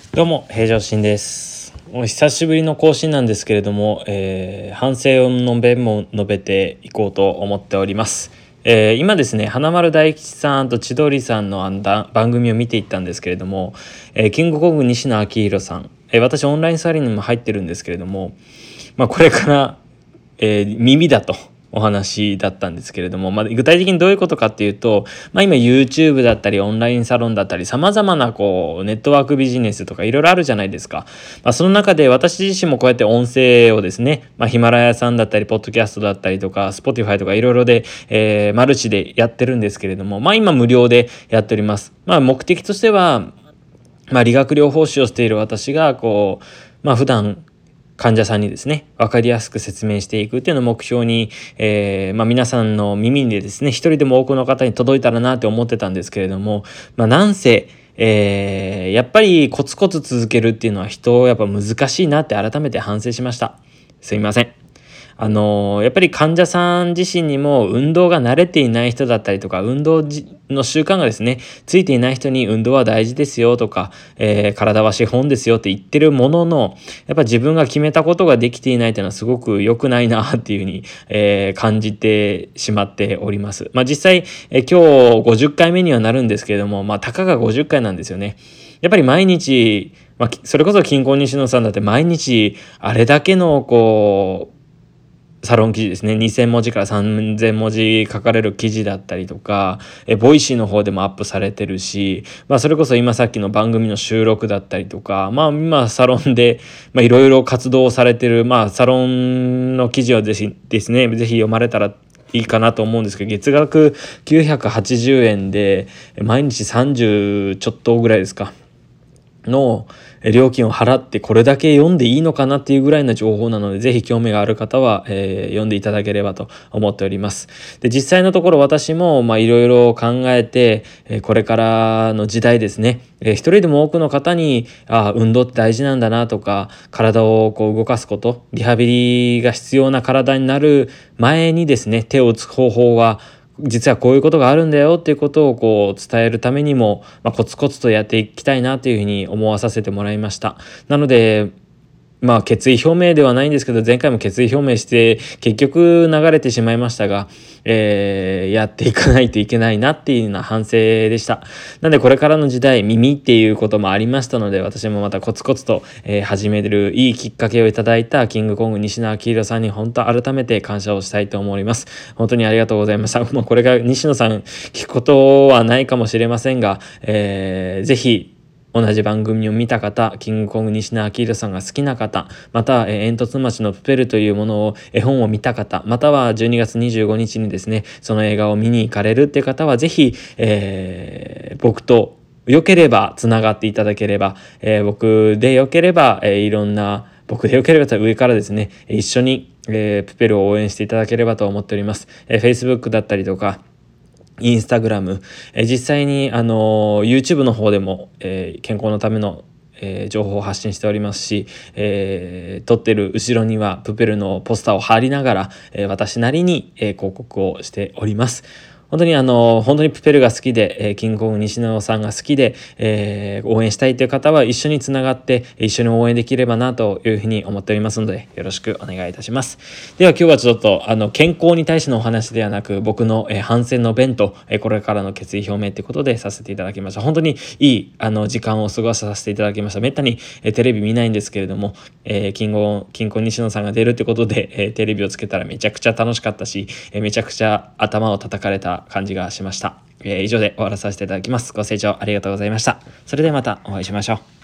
どうも平常心です。お久しぶりの更新なんですけれども、反省の弁も述べていこうと思っております。今ですね、花丸大吉さんと千鳥さんの番組を見ていったんですけれども、キングコング西野昭弘さん、私オンラインサロンにも入ってるんですけれども、これから、耳だとお話だったんですけれども、具体的にどういうことかっていうと、今 YouTube だったりオンラインサロンだったり様々なネットワークビジネスとかいろいろあるじゃないですか。その中で私自身もこうやって音声をですね、ヒマラヤさんだったりポッドキャストだったりとか Spotify とかいろいろで、マルチでやってるんですけれども、今無料でやっております。目的としては、理学療法士をしている私が普段患者さんにですね、分かりやすく説明していくっていうのを目標に、皆さんの耳にですね、一人でも多くの方に届いたらなって思ってたんですけれども、なんせ、やっぱりコツコツ続けるっていうのは人やっぱ難しいなって改めて反省しました。すいません。やっぱり患者さん自身にも運動が慣れていない人だったりとか、運動の習慣がですね、ついていない人に運動は大事ですよとか、体は資本ですよって言ってるものの、やっぱ自分が決めたことができていないというのはすごく良くないなっていうふうに、感じてしまっております。実際、今日50回目にはなるんですけれども、たかが50回なんですよね。やっぱり毎日、それこそ金婚西野さんだって毎日あれだけのサロン記事ですね、2000文字から3000文字書かれる記事だったりとか、ボイシーの方でもアップされてるし、それこそ今さっきの番組の収録だったりとか、今サロンでいろいろ活動されてる、サロンの記事をぜひですね、ぜひ読まれたらいいかなと思うんですけど、月額980円で毎日30ちょっとぐらいですかの料金を払ってこれだけ読んでいいのかなっていうぐらいの情報なので、ぜひ興味がある方は、読んでいただければと思っております。で、実際のところ私もいろいろ考えて、これからの時代ですね、一人でも多くの方に運動って大事なんだなとか、体を動かすこと、リハビリが必要な体になる前にですね、手を打つ方法は実はこういうことがあるんだよっていうことを伝えるためにも、コツコツとやっていきたいなというふうに思わさせてもらいました。なので決意表明ではないんですけど、前回も決意表明して結局流れてしまいましたが、やっていかないといけないなっていうような反省でした。なのでこれからの時代、耳っていうこともありましたので、私もまたコツコツと、始めるいいきっかけをいただいたキングコング西野昭弘さんに本当改めて感謝をしたいと思います。本当にありがとうございました。これが西野さん聞くことはないかもしれませんが、ぜひ同じ番組を見た方、キングコング西野昭弘さんが好きな方、または煙突町のプペルというものを絵本を見た方、または12月25日にですね、その映画を見に行かれるっていう方はぜひ、僕と良ければつながっていただければ、僕で良ければ、僕で良ければ上からですね、一緒に、プペルを応援していただければと思っております。Facebook だったりとかインスタグラム、実際にYouTube の方でも、健康のための情報を発信しておりますし、撮ってる後ろにはプペルのポスターを貼りながら、私なりに、広告をしております。本当にプペルが好きで、キングコング西野さんが好きで、応援したいという方は一緒につながって一緒に応援できればなというふうに思っておりますので、よろしくお願いいたします。では今日はちょっと健康に対してのお話ではなく、僕の、反省の弁と、これからの決意表明ということでさせていただきました。本当にいい時間を過ごさせていただきました。めったに、テレビ見ないんですけれども、キンコン西野さんが出るってことで、テレビをつけたらめちゃくちゃ楽しかったし、めちゃくちゃ頭を叩かれた感じがしました。以上で終わらさせていただきます。ご清聴ありがとうございました。それではまたお会いしましょう。